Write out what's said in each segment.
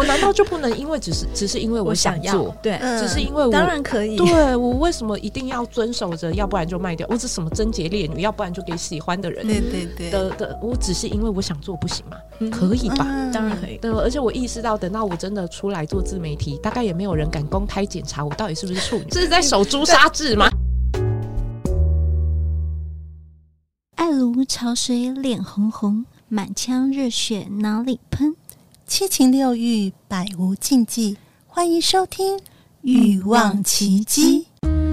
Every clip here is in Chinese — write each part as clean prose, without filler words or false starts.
我难道就不能因为只是因为我想做？ 对， 只是因为我当然可以。 对，我为什么一定要遵守着？要不然就卖掉，我是什么贞洁烈女，要不然就给喜欢的人。 对的，我只是因为我想做，不行吗？可以吧？ 当然可以。 对，而且我意识到，等到我真的出来做自媒体，大概也没有人敢公开检查我到底是不是处女。这是在守株杀制吗？ 爱如潮水脸红红，满腔热血哪里喷？ 七情六欲百无禁忌，欢迎收听《欲望奇迹》。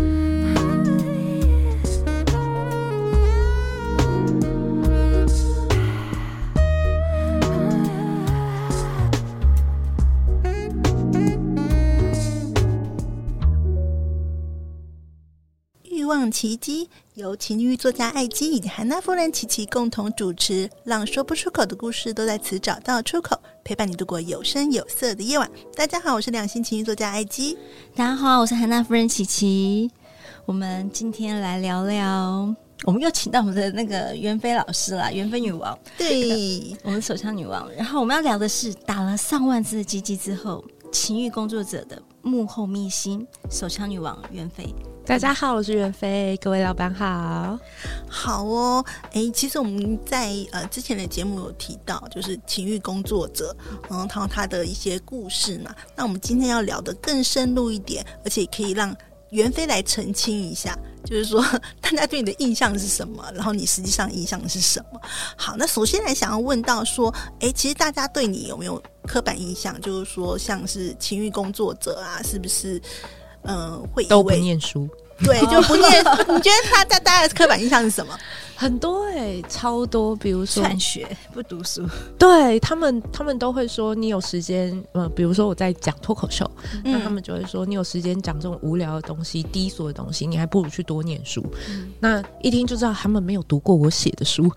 欲望奇迹由情欲作家艾姬以及韩娜夫人琪琪共同主持，让说不出口的故事都在此找到出口，陪伴你度过有声有色的夜晚。大家好，我是两性情欲作家艾姬。 大家好，我是韩娜夫人琪琪。我们今天来聊聊，我们又请到我们的那个袁飞老师啦，袁飞女王。 对， 我们手枪女王。然后我们要聊的是打了上万次的鸡鸡之后，情欲工作者的幕后秘辛，手枪女王袁飞。 大家好，我是袁飞，各位老板好。 好哦，其实我们在之前的节目有提到，就是情欲工作者，他的一些故事嘛。那我们今天要聊得更深入一点，而且可以让袁飞来澄清一下，就是说大家对你的印象是什么，然后你实际上印象是什么。好，那首先来想要问到说，其实大家对你有没有刻板印象，就是说像是情欲工作者啊，是不是会以为都不念书？ 对，就不念。你觉得大家的刻板印象是什么？ 很多超多，比如说辍学不读书， 对他们都会说你有时间，比如说我在讲脱口秀，那他们就会说你有时间讲这种无聊的东西、低俗的东西，你还不如去多念书。那一听就知道他们没有读过我写的书。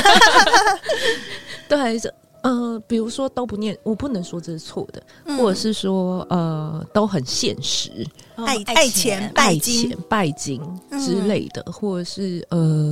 对，比如说都不念，我不能说这是错的，或者是说都很现实， 爱钱拜金之类的，或者是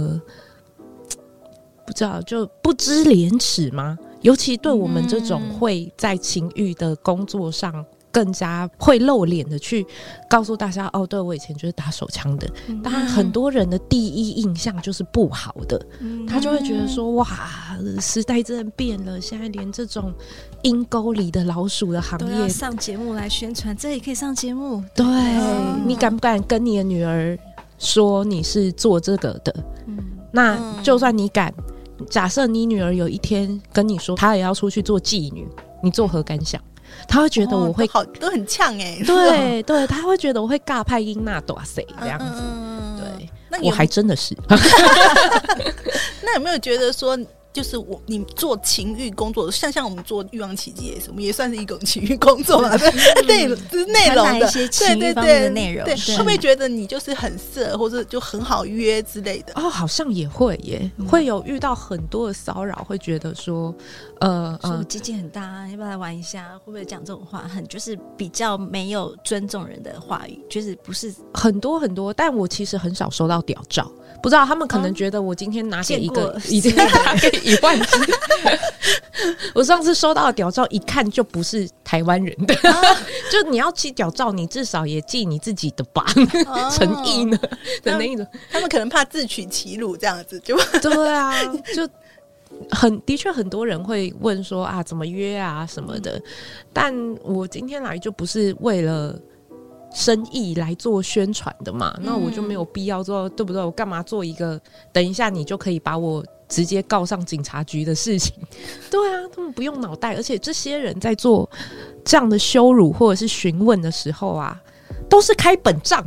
不知道就不知廉耻吗？尤其对我们这种会在情欲的工作上更加会露脸的去告诉大家，哦，对，我以前就是打手枪的。当然很多人的第一印象就是不好的，他就会觉得说，哇，时代真的变了，现在连这种阴沟里的老鼠的行业都要上节目来宣传，这也可以上节目。 对，你敢不敢跟你的女儿说你是做这个的？那就算你敢，假设你女儿有一天跟你说她也要出去做妓女，你作何感想？他会觉得我会都很呛对对，他会觉得我会尬派英娜多塞这样子。对， 那我还真的是。 那有没有觉得说，就是你做情欲工作，像我们做欲望奇迹也是，我们也算是一种情欲工作嘛？对，就是内容的一些情欲方面的内容。 对，会不会觉得你就是很色，或者就很好约之类的？ 好像也会耶，会有遇到很多的骚扰，会觉得说， 说我鸡鸡很大，要不要来玩一下？会不会讲这种话？就是比较没有尊重人的话语，就是不是很多很多。但我其实很少收到屌照，不知道他们可能觉得我今天拿给一个，已经拿给1万只。我上次收到的屌照一看就不是台湾人的，就你要寄屌照，你至少也寄你自己的吧，诚意呢的那一种。 他们可能怕自取其辱这样子，就对啊，就。的确很多人会问说啊怎么约啊什么的，但我今天来就不是为了生意来做宣传的嘛，那我就没有必要做，对不对？我干嘛做一个等一下你就可以把我直接告上警察局的事情？对啊，他们不用脑袋，而且这些人在做这样的羞辱或者是询问的时候啊，都是开本账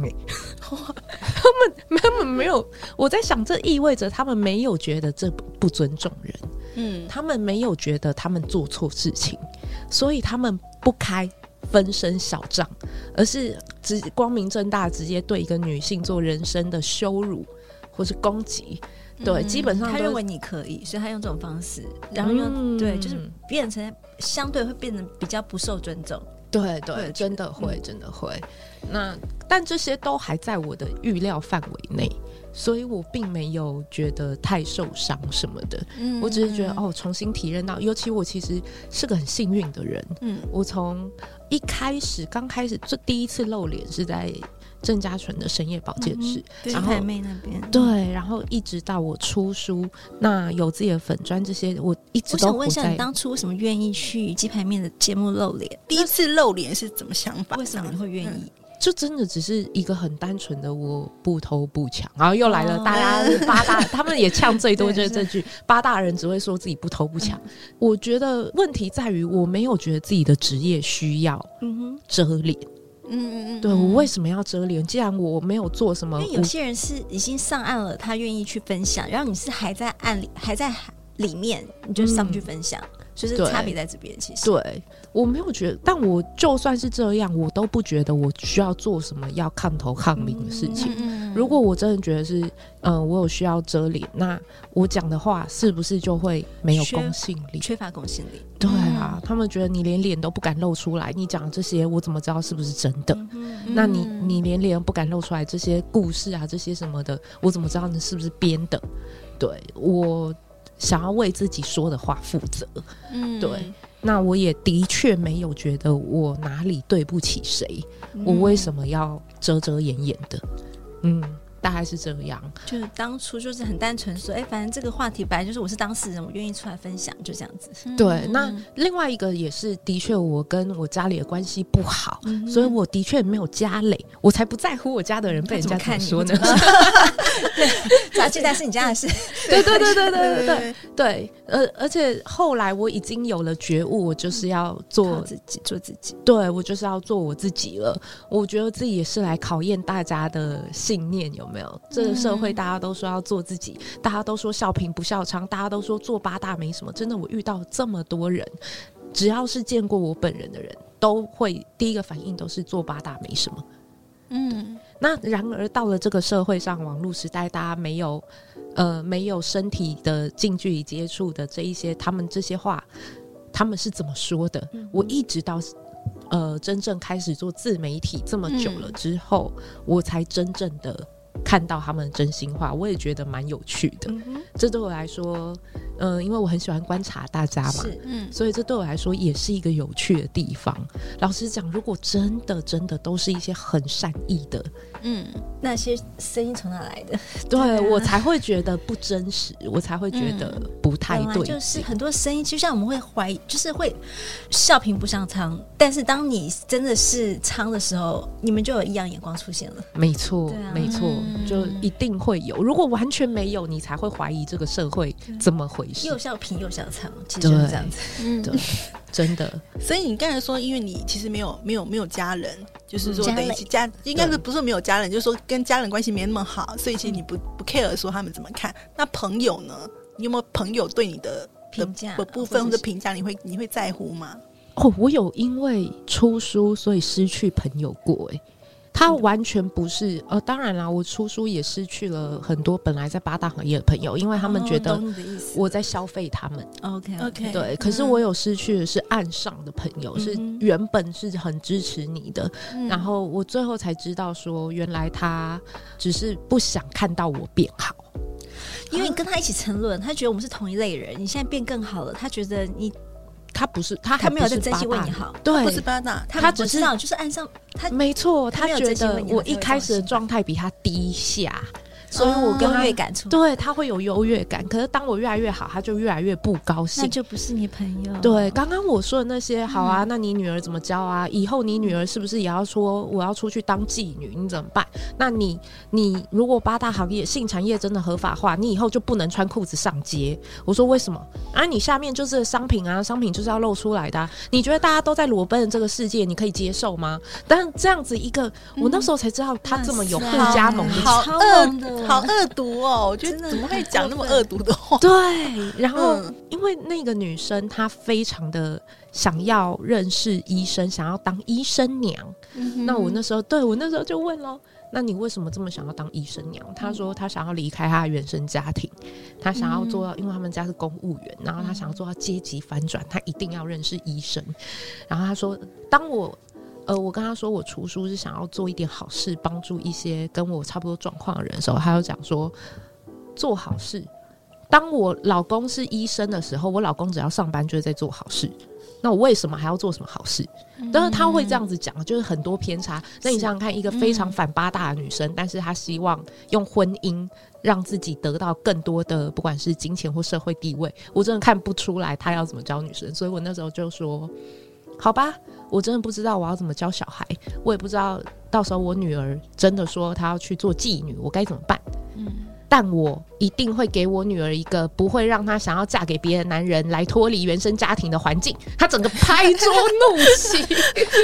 他们没有，我在想这意味着他们没有觉得这不尊重人，他们没有觉得他们做错事情，所以他们不开分身小账，而是光明正大直接对一个女性做人身的羞辱或是攻击。对，基本上他认为你可以，所以他用这种方式，然后用、对，就是变成相对会变得比较不受尊重。 对对，真的会，真的会。那但这些都还在我的预料范围内，所以我并没有觉得太受伤什么的。我只是觉得哦，重新体认到，尤其我其实是个很幸运的人。我从刚开始这第一次露脸是在郑家纯的深夜保健室， 然后妹那边， 对，然后一直到我出书，那有自己的粉专这些，我一直都我想问一下，你当初为什么愿意去鸡排妹的节目露脸？ 第一次露脸是怎么想法？ 为什么你会愿意？ 就真的只是一个很单纯的我不偷不抢，然后又来了大家八大，他们也呛最多就是这句八大人只会说自己不偷不抢。我觉得问题在于我没有觉得自己的职业需要遮脸。对，我为什么要遮脸？既然我没有做什么， 因为有些人是已经上岸了，他愿意去分享，然后你是还在岸里，还在里面，你就上不去分享，就是差别在这边。其实对我没有觉得，但我就算是这样，我都不觉得我需要做什么要抗头抗名的事情。如果我真的觉得是我有需要遮脸，那我讲的话是不是就会没有公信力？ 缺乏公信力。 对啊，他们觉得你连脸都不敢露出来，你讲这些我怎么知道是不是真的？那你连脸不敢露出来，这些故事啊这些什么的，我怎么知道你是不是编的？对，我想要为自己说的话负责。对，那我也的确没有觉得我哪里对不起谁，我为什么要遮遮掩掩的？大概是这样。 就是当初就是很单纯说，反正这个话题本来就是我是当事人，我愿意出来分享，就这样子。 对，那另外一个也是，的确我跟我家里的关系不好，所以我的确没有家累，我才不在乎我家的人被人家看说呢。 杂技但是你家的事。 对，而且后来我已经有了觉悟，我就是要做自己。 对，我就是要做我自己了。我觉得自己也是来考验大家的信念，有没有？这个社会大家都说要做自己，大家都说笑贫不笑娼，大家都说做八大没什么。真的，我遇到这么多人，只要是见过我本人的人，都会第一个反应都是做八大没什么。那然而到了这个社会上，网络时代，大家没有身体的近距离接触的这一些，他们这些话，他们是怎么说的？我一直到真正开始做自媒体这么久了之后，我才真正的看到他们的真心话，我也觉得蛮有趣的。这对我来说，因为我很喜欢观察大家嘛，所以这对我来说也是一个有趣的地方。老实讲，如果真的都是一些很善意的， 那些声音从哪来的？ 对，我才会觉得不真实，我才会觉得不太对。 就是很多声音，就像我们会怀疑，就是会笑贫不笑娼，但是当你真的是娼的时候，你们就有异样眼光出现了。 没错，没错，就一定会有。如果完全没有，你才会怀疑这个社会怎么回事。 又笑贫又笑娼，其实就是这样子。 对，真的。 所以你刚才说，因为你其实没有家人，就是说等于应该是不是没有家人，就是说跟家人关系没那么好，所以其实你不 care 说他们怎么看。那朋友呢？你有没有朋友对你的评价的部分或者评价，你会在乎吗？ 我有因为出书所以失去朋友过。他完全不是当然啦，我出书也失去了很多本来在八大行业的朋友，因为他们觉得我在消费他们。 OK， 对，可是我有失去的是岸上的朋友，是原本是很支持你的，然后我最后才知道说，原来他只是不想看到我变好。 因为你跟他一起沉沦，他觉得我们是同一类人，你现在变更好了，他觉得他不是，他还没有在真心为你好， 对， 不是八大， 他只知道就是岸上，他没错，他觉得我一开始的状态比他低下，所以我跟他优越感出来， 对，他会有优越感。可是当我越来越好，他就越来越不高兴， 那就不是你朋友。 对，刚刚我说的那些，好啊，那你女儿怎么教啊？以后你女儿是不是也要说我要出去当妓女？你怎么办？那你如果八大行业性产业真的合法化，你以后就不能穿裤子上街。我说为什么？你下面就是商品啊，商品就是要露出来的你觉得大家都在裸奔的这个世界，你可以接受吗？但这样子一个，我那时候才知道他这么有互加盟的， 好恶毒哦！我觉得怎么会讲那么恶毒的话？ 对，然后因为那个女生她非常的想要认识医生，想要当医生娘。那我那时候就问咯， 那你为什么这么想要当医生娘？他说他想要离开他的原生家庭，他想要做到，因为他们家是公务员，然后他想要做到阶级反转，他一定要认识医生。然后他说，当我跟他说我出书是想要做一点好事，帮助一些跟我差不多状况的人的时候，他就讲说，做好事。当我老公是医生的时候，我老公只要上班就是在做好事，那我为什么还要做什么好事？但是他会这样子讲，就是很多偏差。那你想想看，一个非常反八大的女生，但是她希望用婚姻让自己得到更多的不管是金钱或社会地位，我真的看不出来她要怎么教女生。所以我那时候就说，好吧，我真的不知道我要怎么教小孩，我也不知道到时候我女儿真的说她要去做妓女，我该怎么办？但我一定会给我女儿一个不会让她想要嫁给别的男人来脱离原生家庭的环境。她整个拍桌怒气。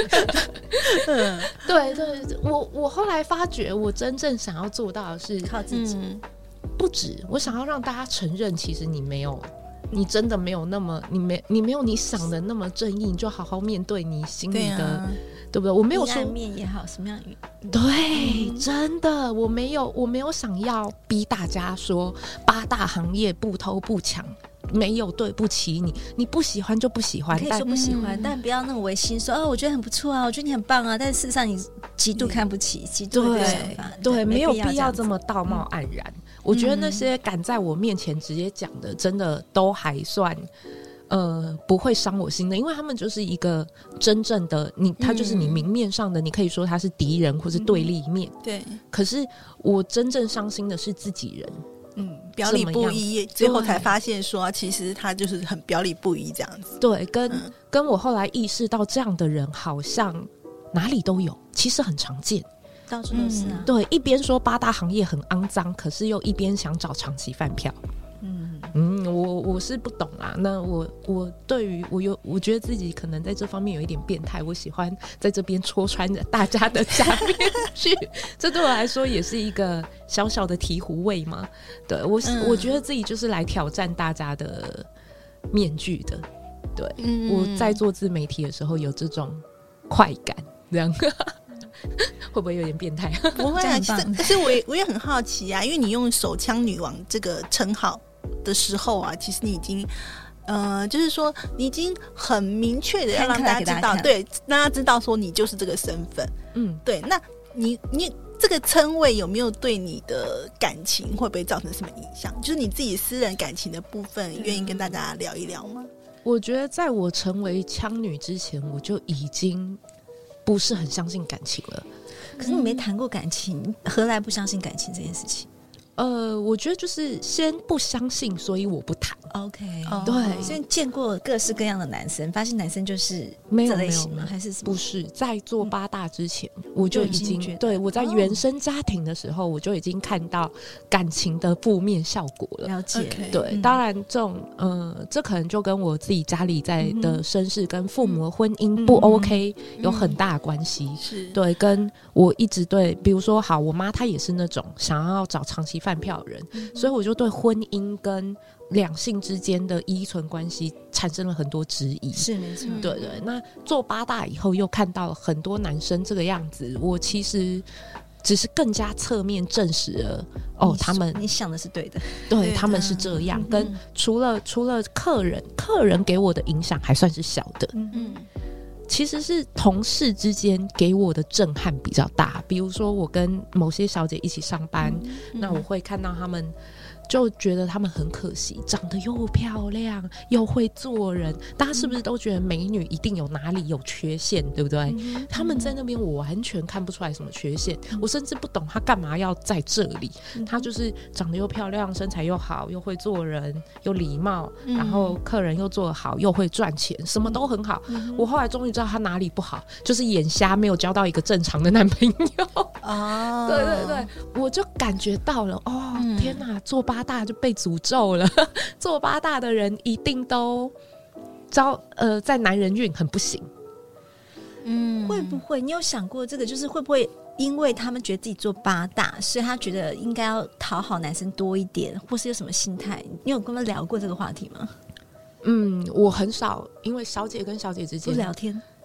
对对，我后来发觉，我真正想要做到的是靠自己， 不止我想要让大家承认，其实你真的没有那么，你没有你想的那么正义，你就好好面对你心里的，对不对？我没有说阴暗面也好，什么样对，真的，我没有想要逼大家说八大行业不偷不抢，没有对不起你，你不喜欢就不喜欢， 可以说不喜欢，但不要那么违心说我觉得很不错啊，我觉得你很棒啊，但事实上你极度看不起，极度的想法， 对，没有必要这么道貌岸然。我觉得那些敢在我面前直接讲的，真的都还算不会伤我心的，因为他们就是一个真正的他就是你明面上的，你可以说他是敌人或是对立面， 对。 可是我真正伤心的是自己人， 表里不一，最后才发现说，其实他就是很表里不一这样子。 对，跟我后来意识到，这样的人好像哪里都有，其实很常见。 到处都是啊， 对，一边说八大行业很肮脏，可是又一边想找长期饭票。我是不懂啦。那我对于我觉得自己可能在这方面有一点变态，我喜欢在这边戳穿着大家的假面具，这对我来说也是一个小小的醍醐味嘛。对我觉得自己就是来挑战大家的面具的。对，我在做自媒体的时候有这种快感，这样。会不会有点变态？ 不会啊，可是我也很好奇啊，因为你用手枪女王这个称号的时候啊，其实你已经就是说你已经很明确的要让大家知道，对，让大家知道说你就是这个身份。对。那你这个称谓有没有对你的感情会不会造成什么影响？就是你自己私人感情的部分，愿意跟大家聊一聊吗？ 我觉得在我成为枪女之前，我就已经不是很相信感情了。 可是你没谈过感情，何来不相信感情这件事情？ 我觉得就是先不相信，所以我不谈。 OK， 对， 所以见过各式各样的男生，发现男生就是这类型吗？还是什么？ 不是，在做八大之前，我就已经对我在原生家庭的时候，我就已经看到感情的负面效果了。 了解， 对，当然这种这可能就跟我自己家里在的身世跟父母的婚姻不 OK 有很大的关系。 是， 对，跟我一直对，比如说好，我妈她也是那种想要找长期饭票的人，所以我就对婚姻跟两性之间的依存关系产生了很多质疑。 是没错， 对对。那做八大以后，又看到了很多男生这个样子，我其实只是更加侧面证实了他们你想的是对的， 对，他们是这样。跟除了客人给我的影响还算是小的，其实是同事之间给我的震撼比较大。比如说我跟某些小姐一起上班，那我会看到他们，就觉得他们很可惜，长得又漂亮又会做人，大家是不是都觉得美女一定有哪里有缺陷，对不对？他们在那边我完全看不出来什么缺陷，我甚至不懂他干嘛要在这里。他就是长得又漂亮，身材又好，又会做人，又礼貌，然后客人又做得好，又会赚钱，什么都很好。我后来终于知道他哪里不好，就是眼瞎，没有交到一个正常的男朋友。对对对，我就感觉到了，天哪，做八大就被诅咒了。做八大的人一定都在男人运很不行。 会不会你有想过这个？就是会不会因为他们觉得自己做八大，所以他觉得应该要讨好男生多一点，或是有什么心态？你有跟他们聊过这个话题吗？ 我很少，因为小姐跟小姐之间不聊天。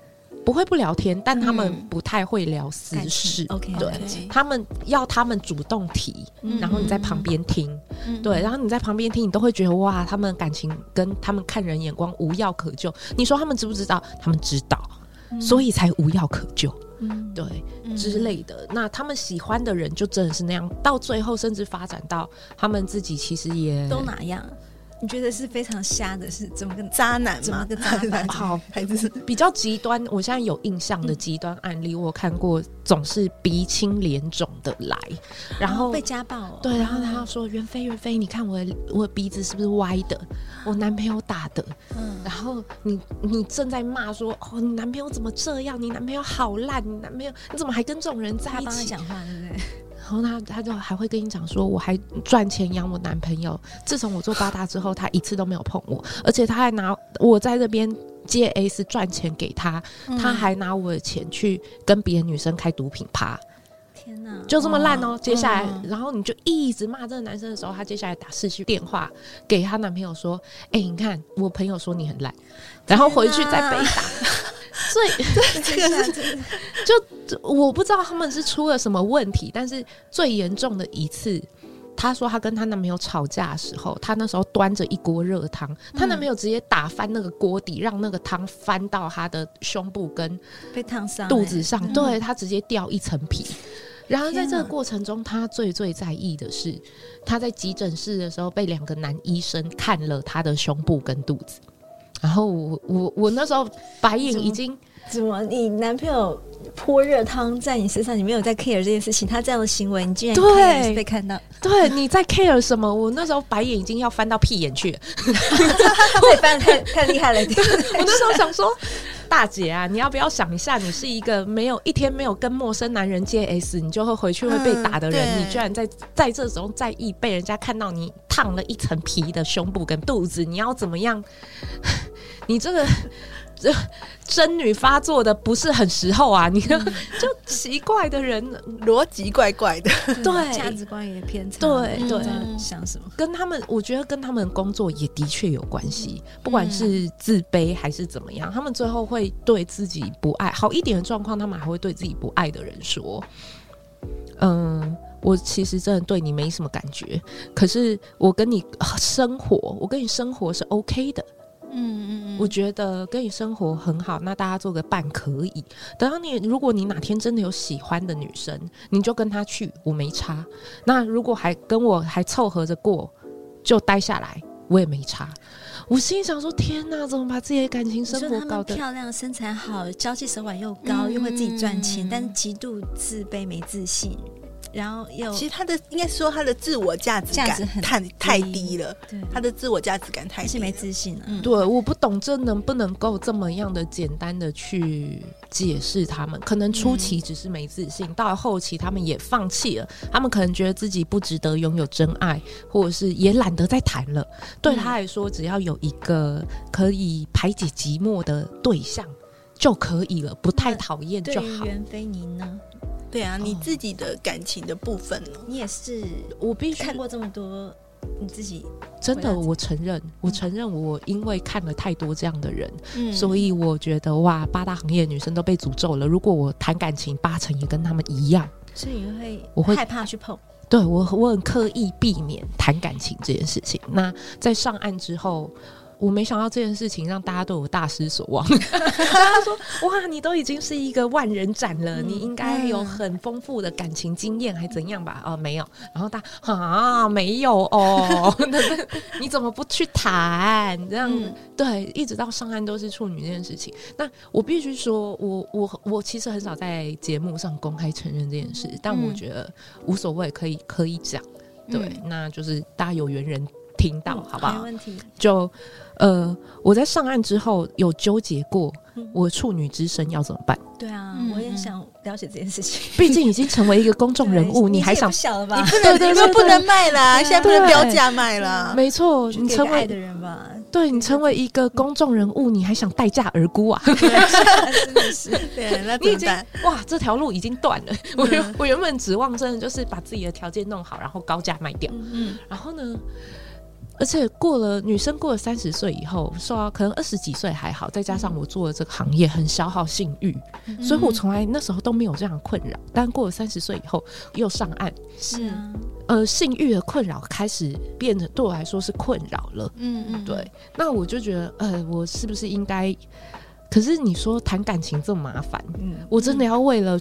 不会不聊天，但他们不太会聊私事。 OK， 对，他们主动提，然后你在旁边听，对，然后你在旁边听，你都会觉得哇，他们感情跟他们看人眼光无药可救。你说他们知不知道？他们知道，所以才无药可救。对，之类的。那他们喜欢的人就真的是那样，到最后甚至发展到他们自己其实也都哪样？你觉得是非常瞎的，是怎么个渣男吗？ 怎么个渣男？ 好， 还是比较极端。我现在有印象的极端案例，我有看过，总是鼻青脸肿的来，然后被家暴哦。 对，然后他说：“袁飞，你看我的鼻子是不是歪的？我男朋友打的。然后你正在骂说：哦，你男朋友怎么这样？你男朋友好烂，你怎么还跟这种人在一起？” 他帮他讲话，对不对？ 然后他就还会跟你讲说，我还赚钱养我男朋友。自从我做八大之后，他一次都没有碰我，而且他还拿我在这边接 S 赚钱给他，他还拿我的钱去跟别的女生开毒品趴。 天哪， 就这么烂哦！接下来，然后你就一直骂这个男生的时候，他接下来打视讯电话给他男朋友说：“哎，你看我朋友说你很烂。”然后回去再被打。所以这个是就我不知道他们是出了什么问题，但是最严重的一次，她说她跟她男朋友吵架的时候，她那时候端着一锅热汤，她男朋友直接打翻那个锅底，让那个汤翻到她的胸部跟被烫伤肚子上，对，她直接掉一层皮。然而在这个过程中，她最在意的是，她在急诊室的时候被2个男医生看了她的胸部跟肚子。然后我那时候白眼已经怎么你男朋友泼热汤在你身上，你没有在 care 这件事情，他这样的行为你竟然 care 被看到， 对，你在 care 什么？我那时候白眼已经要翻到屁眼去了， 他会翻太厉害了。 我那时候想说，大姐啊，你要不要想一下，你是一个一天没有跟陌生男人接 S， 你就会回去会被打的人，你居然在这时候在意被人家看到你烫了一层皮的胸部跟肚子，你要怎么样？你这真女发作的不是很时候啊！你就奇怪的人， 逻辑怪怪的， 对， 价值观也偏差， 对， 想什么？ 跟他们，我觉得跟他们工作也的确有关系，不管是自卑还是怎么样，他们最后会对自己不爱好一点的状况，他们还会对自己不爱的人说：“我其实真的对你没什么感觉，可是我跟你生活是 OK 的。”我觉得跟你生活很好，那大家做个伴可以。等到如果你哪天真的有喜欢的女生，你就跟她去，我没差。那如果还跟我还凑合着过，就待下来，我也没差。我心里想说：天哪，怎么把自己的感情生活搞得漂亮、身材好、交际手腕又高，又会自己赚钱，但是极度自卑、没自信。然后其实应该说他的自我价值感太低了，他的自我价值感太低了， 是没自信了。 对，我不懂这能不能够这么样的简单的去解释他们。可能初期只是没自信，到了后期他们也放弃了，他们可能觉得自己不值得拥有真爱，或者是也懒得再谈了。对他来说，只要有一个可以排解寂寞的对象就可以了，不太讨厌就好。对于袁飞您呢？ 对啊，你自己的感情的部分呢？ 你也是， 我必须看过这么多，你自己真的，我承认，我因为看了太多这样的人，所以我觉得哇，八大行业的女生都被诅咒了。如果我谈感情，80%也跟他们一样， 所以我会害怕去碰。 对，我很刻意避免谈感情这件事情。那在上岸之后，我没想到这件事情让大家对我大失所望。他说：“哇，你都已经是一个万人斩了，你应该有很丰富的感情经验，还怎样吧？”哦，没有。然后没有哦，你怎么不去谈？这样对，一直到上岸都是处女这件事情。那我必须说，我其实很少在节目上公开承认这件事，但我觉得无所谓，可以讲。对，那就是大家有缘人听到，好不好？ 没问题。 就我在上岸之后有纠结过，我处女之身要怎么办？ 对啊，我也想了解这件事情。 毕竟已经成为一个公众人物，你还想不小了吧？ 你不能卖啦，现在不能标价卖啦。 没错，你成为爱的人吧？ 对，你成为一个公众人物，你还想待价而沽啊？ 真的是， 对，那你已经哇，这条路已经断了。我原本指望真的就是把自己的条件弄好，然后高价卖掉。然后呢？ 而且女生过了30岁以后，说可能20几岁还好，再加上我做的这个行业很消耗性欲，所以我从来那时候都没有这样的困扰。但过了30岁以后又上岸， 是啊， 性欲的困扰开始变成对我来说是困扰了。对，那我就觉得我是不是应该？可是你说谈感情这么麻烦，我真的要为了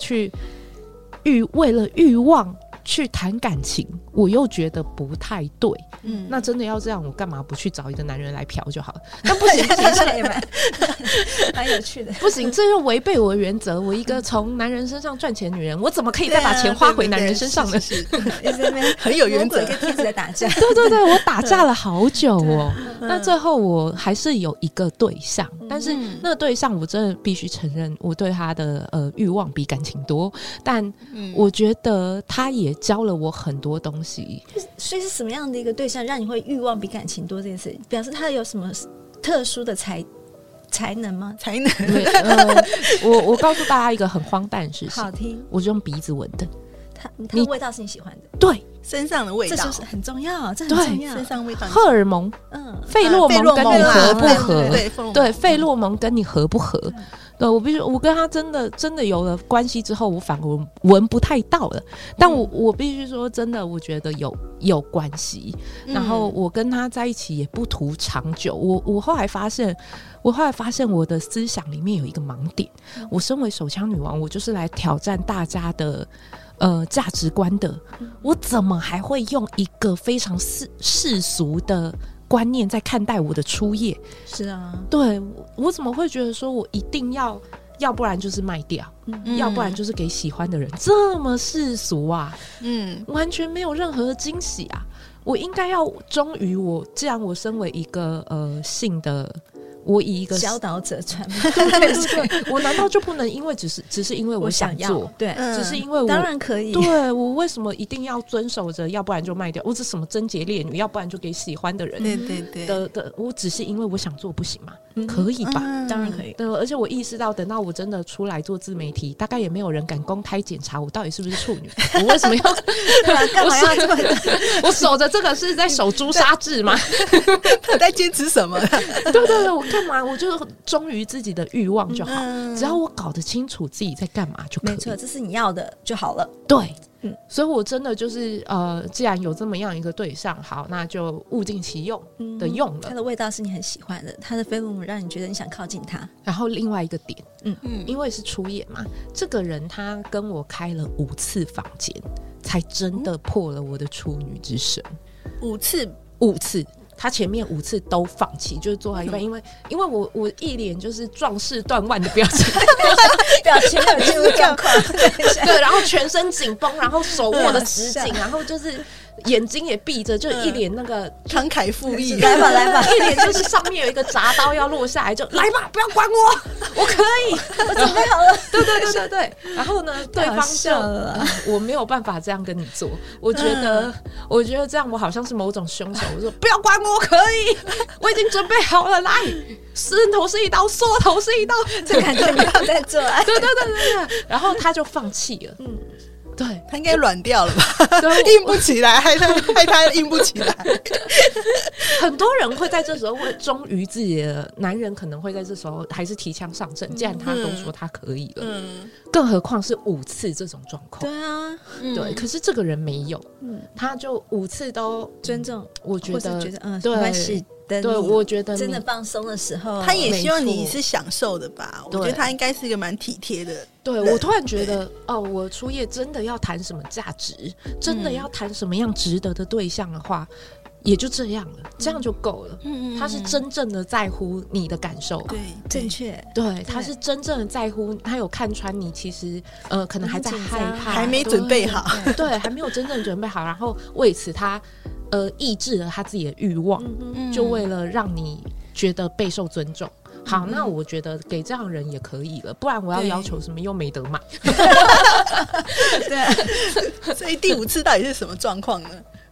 欲望去谈感情，我又觉得不太对。那真的要这样，我干嘛不去找一个男人来嫖就好了？那不行， 其实也蛮有趣的。 不行，这就违背我的原则。我一个从男人身上赚钱的女人，我怎么可以再把钱花回男人身上呢？ 很有原则， 跟天使在打架。 对，我打架了好久哦。那最后我还是有一个对象，但是那个对象我真的必须承认，我对他的欲望比感情多。但我觉得他也教了我很多东西。 所以是什么样的一个对象让你会欲望比感情多这件事？表示他有什么特殊的才能吗？ 才能？ 我告诉大家一个很荒诞的事情， 好听， 我就用鼻子闻的。 它的味道是你喜欢的， 对， 身上的味道， 这就是很重要，这很重要。 身上味道， 荷尔蒙，费洛蒙跟你合不合？对，费洛蒙跟你合不合？对，我跟他真的有了关系之后，我反而闻不太到了。但我必须说，真的，我觉得有关系。然后我跟他在一起也不图长久。我后来发现我的思想里面有一个盲点。我身为手枪女王，我就是来挑战大家的价值观的。我怎么还会用一个非常世俗的观念在看待我的初夜？ 是啊， 对，我怎么会觉得说我一定要不然就是卖掉，要不然就是给喜欢的人，这么世俗啊？完全没有任何的惊喜啊！我应该要忠于既然我身为一个性的。我以一个教导者传播， 对，我难道就不能因为只是因为我想做， 对， 只是因为我当然可以， 对，我为什么一定要遵守着，要不然就卖掉，我是什么贞洁烈女，要不然就给喜欢的人， 对的，我只是因为我想做不行吗？可以吧？ 当然可以。 对，而且我意识到，等到我真的出来做自媒体，大概也没有人敢公开检查我到底是不是处女。我为什么要？ 对啊，干嘛要这么？ 我守着这个是在守诛杀制吗？ 他在坚持什么？ 对，我干嘛？我就忠于自己的欲望就好，只要我搞得清楚自己在干嘛就可以。 没错，这是你要的就好了。 对。所以我真的就是既然有这么样一个对象，好，那就物尽其用的用了。 它的味道是你很喜欢的，它的费洛蒙让你觉得你想靠近它。 然后另外一个点，因为是初夜嘛，这个人他跟我开了5次房间，才真的破了我的处女之神。 5 次。他前面5次都放弃，就是做到一半，因为我一脸就是壮士断腕的表情， 表情没有进入状况， 对，然后全身紧绷，然后手握的直紧，然后就是眼睛也闭着，就一脸那个慷慨赴义， 来吧， 一脸就是上面有一个铡刀要落下来，就来吧，不要管我，我可以， 我准备好了。 对。然后呢，对方就我没有办法这样跟你做，我觉得这样我好像是某种凶手。我说不要管我，可以，我已经准备好了，来，狮人头是一刀，缩头是一刀， 这感觉不要再做爱。 对。然后他就放弃了。对， 他应该软掉了吧？硬不起来，害他硬不起来。 很多人会在这时候会忠于自己的男人，可能会在这时候还是提枪上阵。既然他都说他可以了，更何况是5次这种状况。 对啊， 对。可是这个人没有，他就5次都尊重， 我觉得没关系。 对，我觉得真的放松的时候， 他也希望你是享受的吧？我觉得他应该是一个蛮体贴的。 对，我突然觉得，我初夜真的要谈什么价值，真的要谈什么样值得的对象的话，也就这样了，这样就够了。他是真正的在乎你的感受， 对， 正确。 对，他是真正的在乎，他有看穿你其实可能还在害怕， 还没准备好， 对，还没有真正准备好，然后为此他抑制了他自己的欲望，就为了让你觉得备受尊重。好，那我觉得给这样的人也可以了，不然我要要求什么又没得买。 对，所以第5次到底是什么状况呢？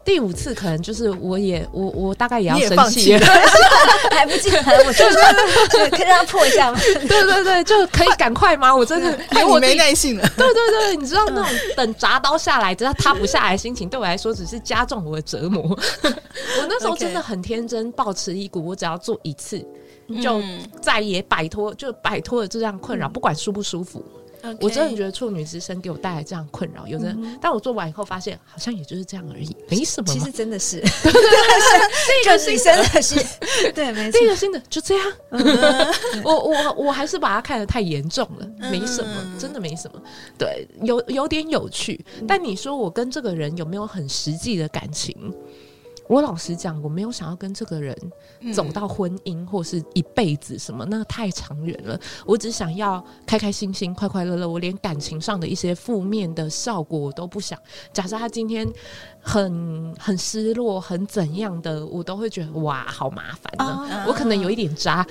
第5次可能就是我大概也要生放弃气了， 还不进来，我就是可以让他破一下吗？ 对，就可以赶快吗？我真的连我你没耐性了。 对，你知道那种等铡刀下来，只要塌不下来的心情，对我来说只是加重我的折磨。我那时候真的很天真，抱持一股我只要做1次，就再也摆脱了这样困扰，不管舒不舒服。我真的觉得处女之身给我带来这样困扰，有的，但我做完以后发现好像也就是这样而已，没什么。 其实真的是， 这个新真的是，对，没错， 这个新的就这样。我还是把它看得太严重了，没什么，真的没什么。对，有点有趣，但你说我跟这个人有没有很实际的感情？我老实讲，我没有想要跟这个人走到婚姻或是一辈子什么，那太长远了。我只想要开开心心、快快乐乐。我连感情上的一些负面的效果我都不想。假设他今天很失落、很怎样的，我都会觉得哇，好麻烦呢。我可能有一点渣。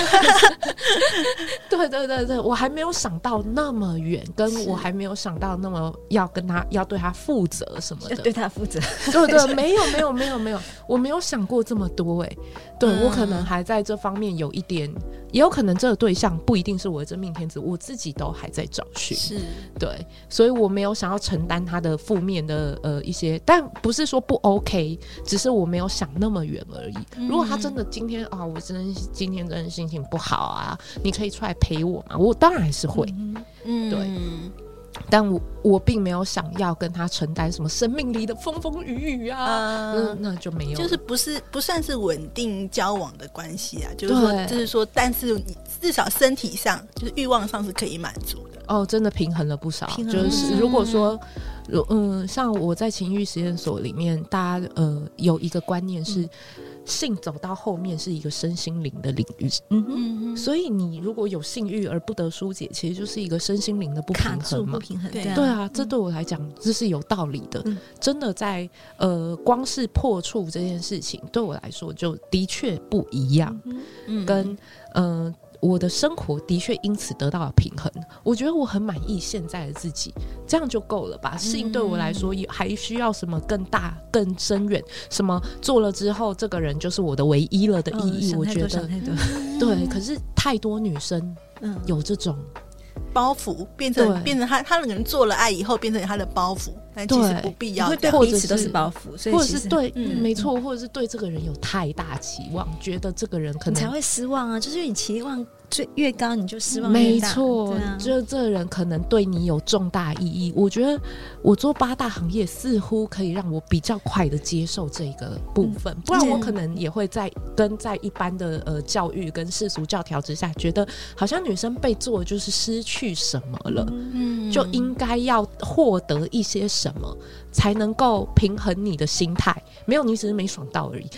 对，我还没有想到那么远，跟我还没有想到那么要对他负责什么的， 对他负责。 对，没有，我没有想过这么多对，我可能还在这方面有一点，也有可能这个对象不一定是我的真命天子，我自己都还在找寻。 是， 对，所以我没有想要承担他的负面的一些，但不是说不 OK， 只是我没有想那么远而已。如果他真的今天我今天真的心情不好啊，你可以出来陪我嘛？我当然还是会，对。但我并没有想要跟他承担什么生命里的风风雨雨啊，那就没有， 就是不算是稳定交往的关系啊，就是说，但是你至少身体上就是欲望上是可以满足的。 真的平衡了不少。就是如果说，像我在情欲实验所里面，大家有一个观念是。性走到后面是一个身心灵的领域，所以你如果有性欲而不得疏解，其实就是一个身心灵的不平衡嘛。 不平衡， 对啊，这对我来讲这是有道理的。真的在光是破处这件事情，对我来说就的确不一样，跟我的生活的确因此得到了平衡。我觉得我很满意现在的自己，这样就够了吧。性对我来说还需要什么更大更深远，什么做了之后这个人就是我的唯一了的意义，我觉得对。可是太多女生有这种包袱，变成他可能做了爱以后变成他的包袱，但其实不必要的， 对彼此都是包袱，所以或者是对，没错，或者是对这个人有太大期望，觉得这个人可能你才会失望啊，就是因为你期望越高，你就失望越大。 没错，就这个人可能对你有重大意义。我觉得我做8大行业似乎可以让我比较快的接受这个部分，不然我可能也会在一般的教育跟世俗教条之下，觉得好像女生被做就是失去什么了，就应该要获得一些什么才能够平衡你的心态。没有，你只是没爽到而已。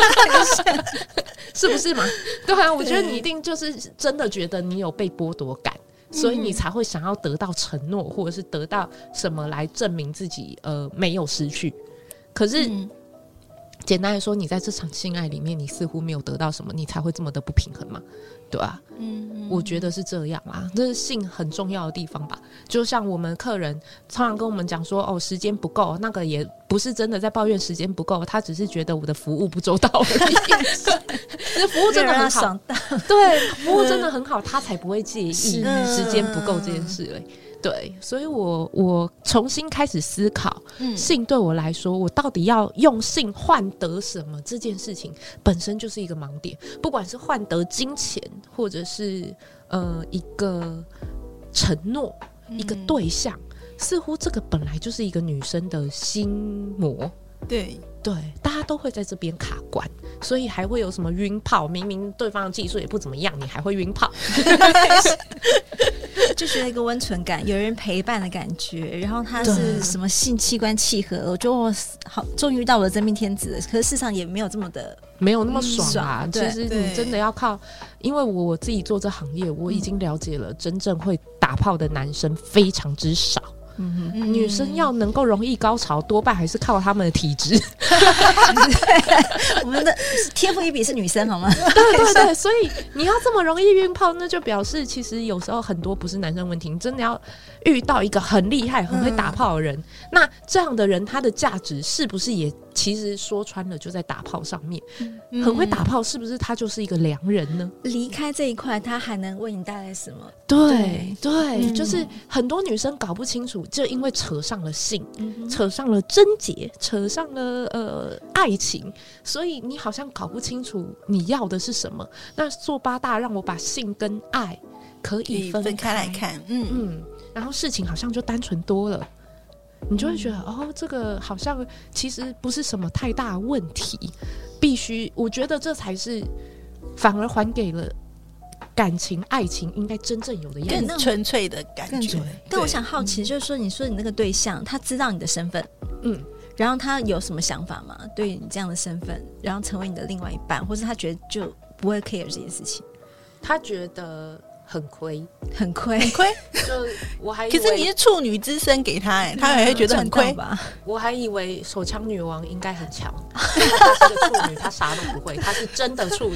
是不是嘛？对啊，我觉得你一定就是真的觉得你有被剥夺感，所以你才会想要得到承诺，或者是得到什么来证明自己没有失去。可是简单来说，你在这场性爱里面，你似乎没有得到什么，你才会这么的不平衡嘛？对啊，我觉得是这样啦，这是性很重要的地方吧。就像我们客人常常跟我们讲说，时间不够，那个也不是真的在抱怨时间不够，他只是觉得我的服务不周到而已。服务真的很好，对，服务真的很好，他才不会介意时间不够这件事嘞。对，所以我重新开始思考，性对我来说，我到底要用性换得什么？这件事情本身就是一个盲点，不管是换得金钱，或者是一个承诺，一个对象，似乎这个本来就是一个女生的心魔。对，大家都会在这边卡关，所以还会有什么晕炮？明明对方的技术也不怎么样，你还会晕炮， 就觉得一个温存感，有人陪伴的感觉。然后他是什么性器官契合，我就好，终于遇到我的真命天子了。可是事实上也没有这么的， 没有那么爽啊。其实你真的要靠，因为我自己做这行业，我已经了解了，真正会打炮的男生非常之少。女生要能够容易高潮，多半还是靠他们的体质。 我们的天赋异禀是女生，好吗？ 对，所以你要这么容易晕炮，那就表示其实有时候很多不是男生问题，你真的要遇到一个很厉害、很会打炮的人，那这样的人他的价值是不是也其实说穿了就在打炮上面，很会打炮，是不是他就是一个良人呢？ 离开这一块，他还能为你带来什么？ 对，就是很多女生搞不清楚，就因为扯上了性，扯上了贞洁，扯上了爱情，所以你好像搞不清楚你要的是什么。那做八大让我把性跟爱可以分开来看， 然后事情好像就单纯多了。你就会觉得这个好像其实不是什么太大的问题，必须我觉得这才是反而还给了感情爱情应该真正有的样子， 更纯粹的感觉。 但我想好奇就是说，你说你那个对象他知道你的身份，然后他有什么想法吗？对于你这样的身份，然后成为你的另外一半，或是他觉得就不会 care 这件事情？ 他觉得很亏， 很亏， 就我还以为可是你是处女之身给他，他还会觉得很亏吧？ 我还以为手枪女王应该很强，她是个处女，她啥都不会，她是真的处女。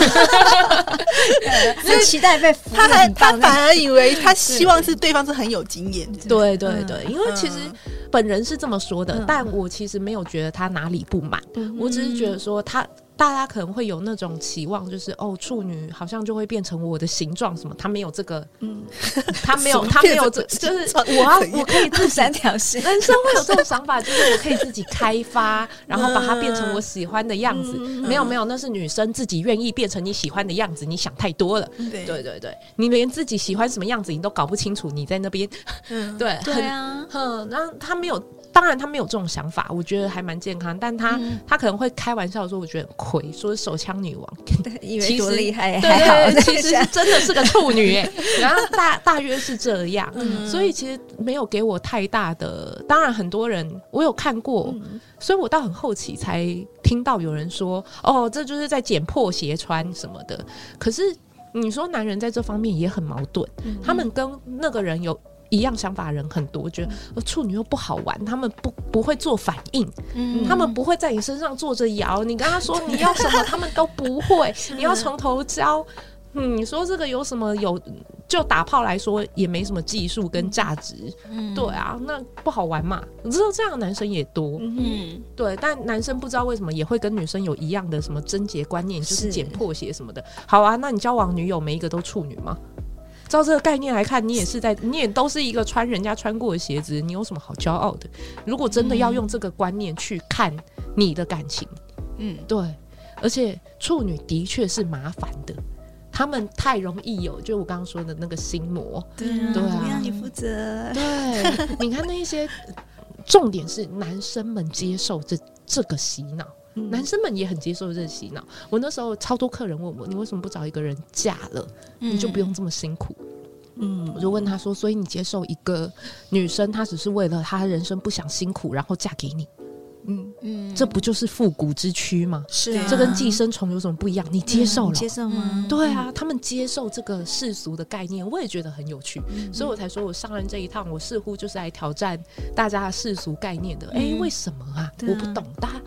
很期待被服务， 他反而以为他希望是对方是很有经验。 对，因为其实本人是这么说的，但我其实没有觉得他哪里不满，我只是觉得说大家可能会有那种期望，就是处女好像就会变成我的形状什么，他没有这个，他没有这，就是我可以自己 3条线， 男生会有这种想法，就是我可以自己开发，然后把它变成我喜欢的样子。没有，那是女生自己愿意变成你喜欢的样子，你想太多了。对，你连自己喜欢什么样子你都搞不清楚，你在那边，对啊，那他没有。当然他没有这种想法，我觉得还蛮健康，但他可能会开玩笑说我觉得很亏，说手枪女王以为多厉害， 还好其实真的是个处女然后大约是这样，所以其实没有给我太大的。当然很多人我有看过，所以我到很后期才听到有人说这就是在捡破鞋穿什么的。可是你说男人在这方面也很矛盾，他们跟那个人有一样想法的人很多，觉得处女又不好玩，他们不会做反应，他们不会在你身上坐着摇，你跟他说你要什么他们都不会，你要从头教，你说这个有什么就打炮来说也没什么技术跟价值，对啊，那不好玩嘛。我知道这样的男生也多，对，但男生不知道为什么也会跟女生有一样的什么贞洁观念，就是捡破鞋什么的。好啊，那你交往女友每一个都处女吗？照这个概念来看，你也都是一个穿人家穿过的鞋子，你有什么好骄傲的？如果真的要用这个观念去看你的感情，对，而且处女的确是麻烦的，他们太容易有，就我刚刚说的那个心魔， 对啊，怎么样你负责？ 对，你看那一些，重点是男生们接受这个洗脑。男生们也很接受这个洗脑。我那时候超多客人问我，你为什么不找一个人嫁了，你就不用这么辛苦？我就问他说，所以你接受一个女生，她只是为了她人生不想辛苦，然后嫁给你？这不就是复古之躯吗？ 是啊， 这跟寄生虫有什么不一样？你接受了？ 接受吗？ 对啊，他们接受这个世俗的概念，我也觉得很有趣，所以我才说我上任这一趟，我似乎就是来挑战大家的世俗概念的。为什么啊？我不懂，大家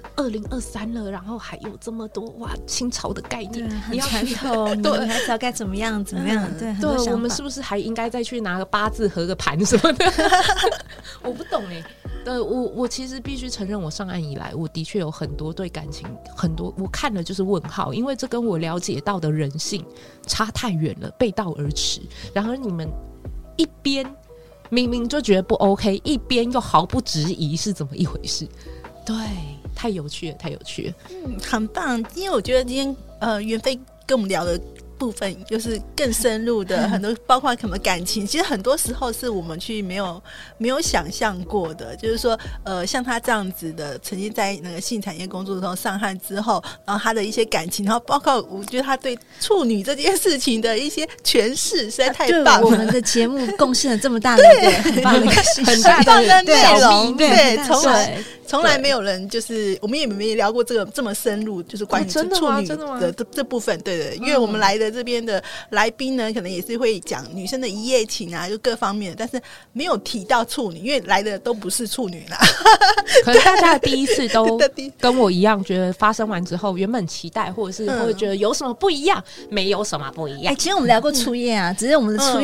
2023了，然后还有这么多清朝的概念， 你要传统，对，你还知道该怎么样？对， 我们是不是还应该再去拿个八字合个盘什么的？我不懂我其实必须承认，我上岸以来，我的确有很多对感情很多我看了就是问号，因为这跟我了解到的人性差太远了，背道而驰。然而你们一边明明就觉得不 OK， 一边又毫不质疑，是怎么一回事？对，太有趣了，太有趣了。 很棒。因为我觉得今天袁飞跟我们聊的部分就是更深入的很多，包括可能感情，其实很多时候是我们去没有想象过的。就是说像他这样子的曾经在那个性产业工作的时候上岸之后，然后他的一些感情，然后包括我觉得他对处女这件事情的一些诠释实在太棒了。 我们的节目贡献了这么大的一个很棒的一个很大的内容，对，从来没有人就是我们也没聊过这么深入，就是关于处女的这部分。对，因为我们来的这边的来宾呢，可能也是会讲女生的一夜情啊，就各方面的，但是没有提到处女，因为来的都不是处女啦。 可能大家的第一次都跟我一样，觉得发生完之后原本期待，或者是会觉得有什么不一样，没有什么不一样。 其实我们聊过初夜啊，只是我们的初夜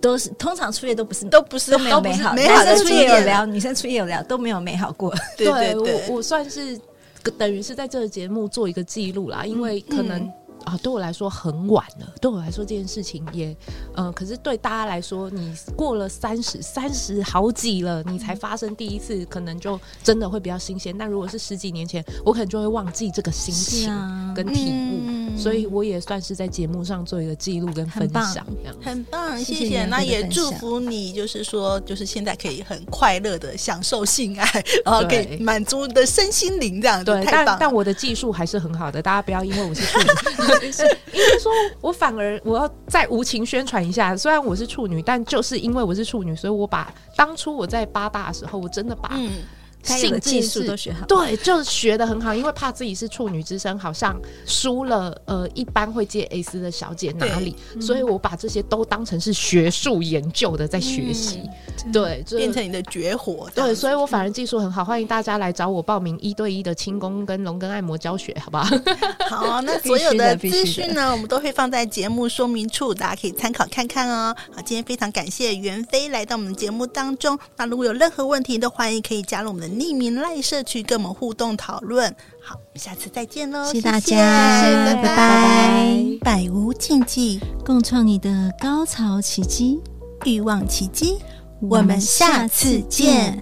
都是通常初夜都不是都没有美好， 美好的男生初夜初夜有聊，女生初夜有聊，都没有美好过。 对对对， 我算是等于是在这个节目做一个记录啦，因为可能。对我来说很晚了。对我来说这件事情也，可是对大家来说，你过了30好几了，你才发生第一次，可能就真的会比较新鲜。但如果是10几年前，我可能就会忘记这个心情跟体悟，所以我也算是在节目上做一个记录跟分享， 很棒，谢谢。那也祝福你，就是说，就是现在可以很快乐的享受性爱，然后可以满足你的身心灵，这样子对。 太棒了。 但我的技术还是很好的，大家不要因为我是处女。应该说，我反而我要再无情宣传一下。虽然我是处女，但就是因为我是处女，所以我把当初我在8大的时候，我真的把性技术都学好， 对，就学得很好，因为怕自己是处女之身，好像输了一般会接 S 的小姐哪里，所以我把这些都当成是学术研究的在学习，对， 变成你的绝活。 对，所以我反而技术很好，欢迎大家来找我报名1对1的轻功跟龙根按摩教学，好不好？ 好，那所有的资讯呢，我们都会放在节目说明处，大家可以参考看看哦。好，今天非常感谢袁非来到我们的节目当中。那如果有任何问题都欢迎可以加入我们的匿名赖社区跟我们互动讨论。好，我们下次再见喽， 谢谢大家， 谢谢， 拜拜。 百无禁忌， 共创你的高潮奇迹， 欲望奇迹，我们下次见。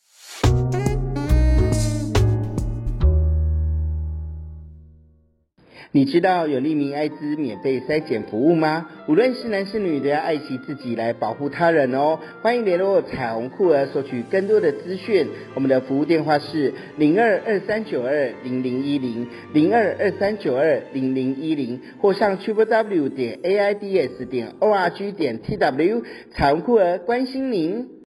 你知道有利民艾滋免费筛检服务吗？无论是男是女，都要爱惜自己来保护他人哦。欢迎联络彩虹酷儿索取更多的资讯。我们的服务电话是0223920010 0223920010，或上 www.aids.org.tw。彩虹酷儿关心您。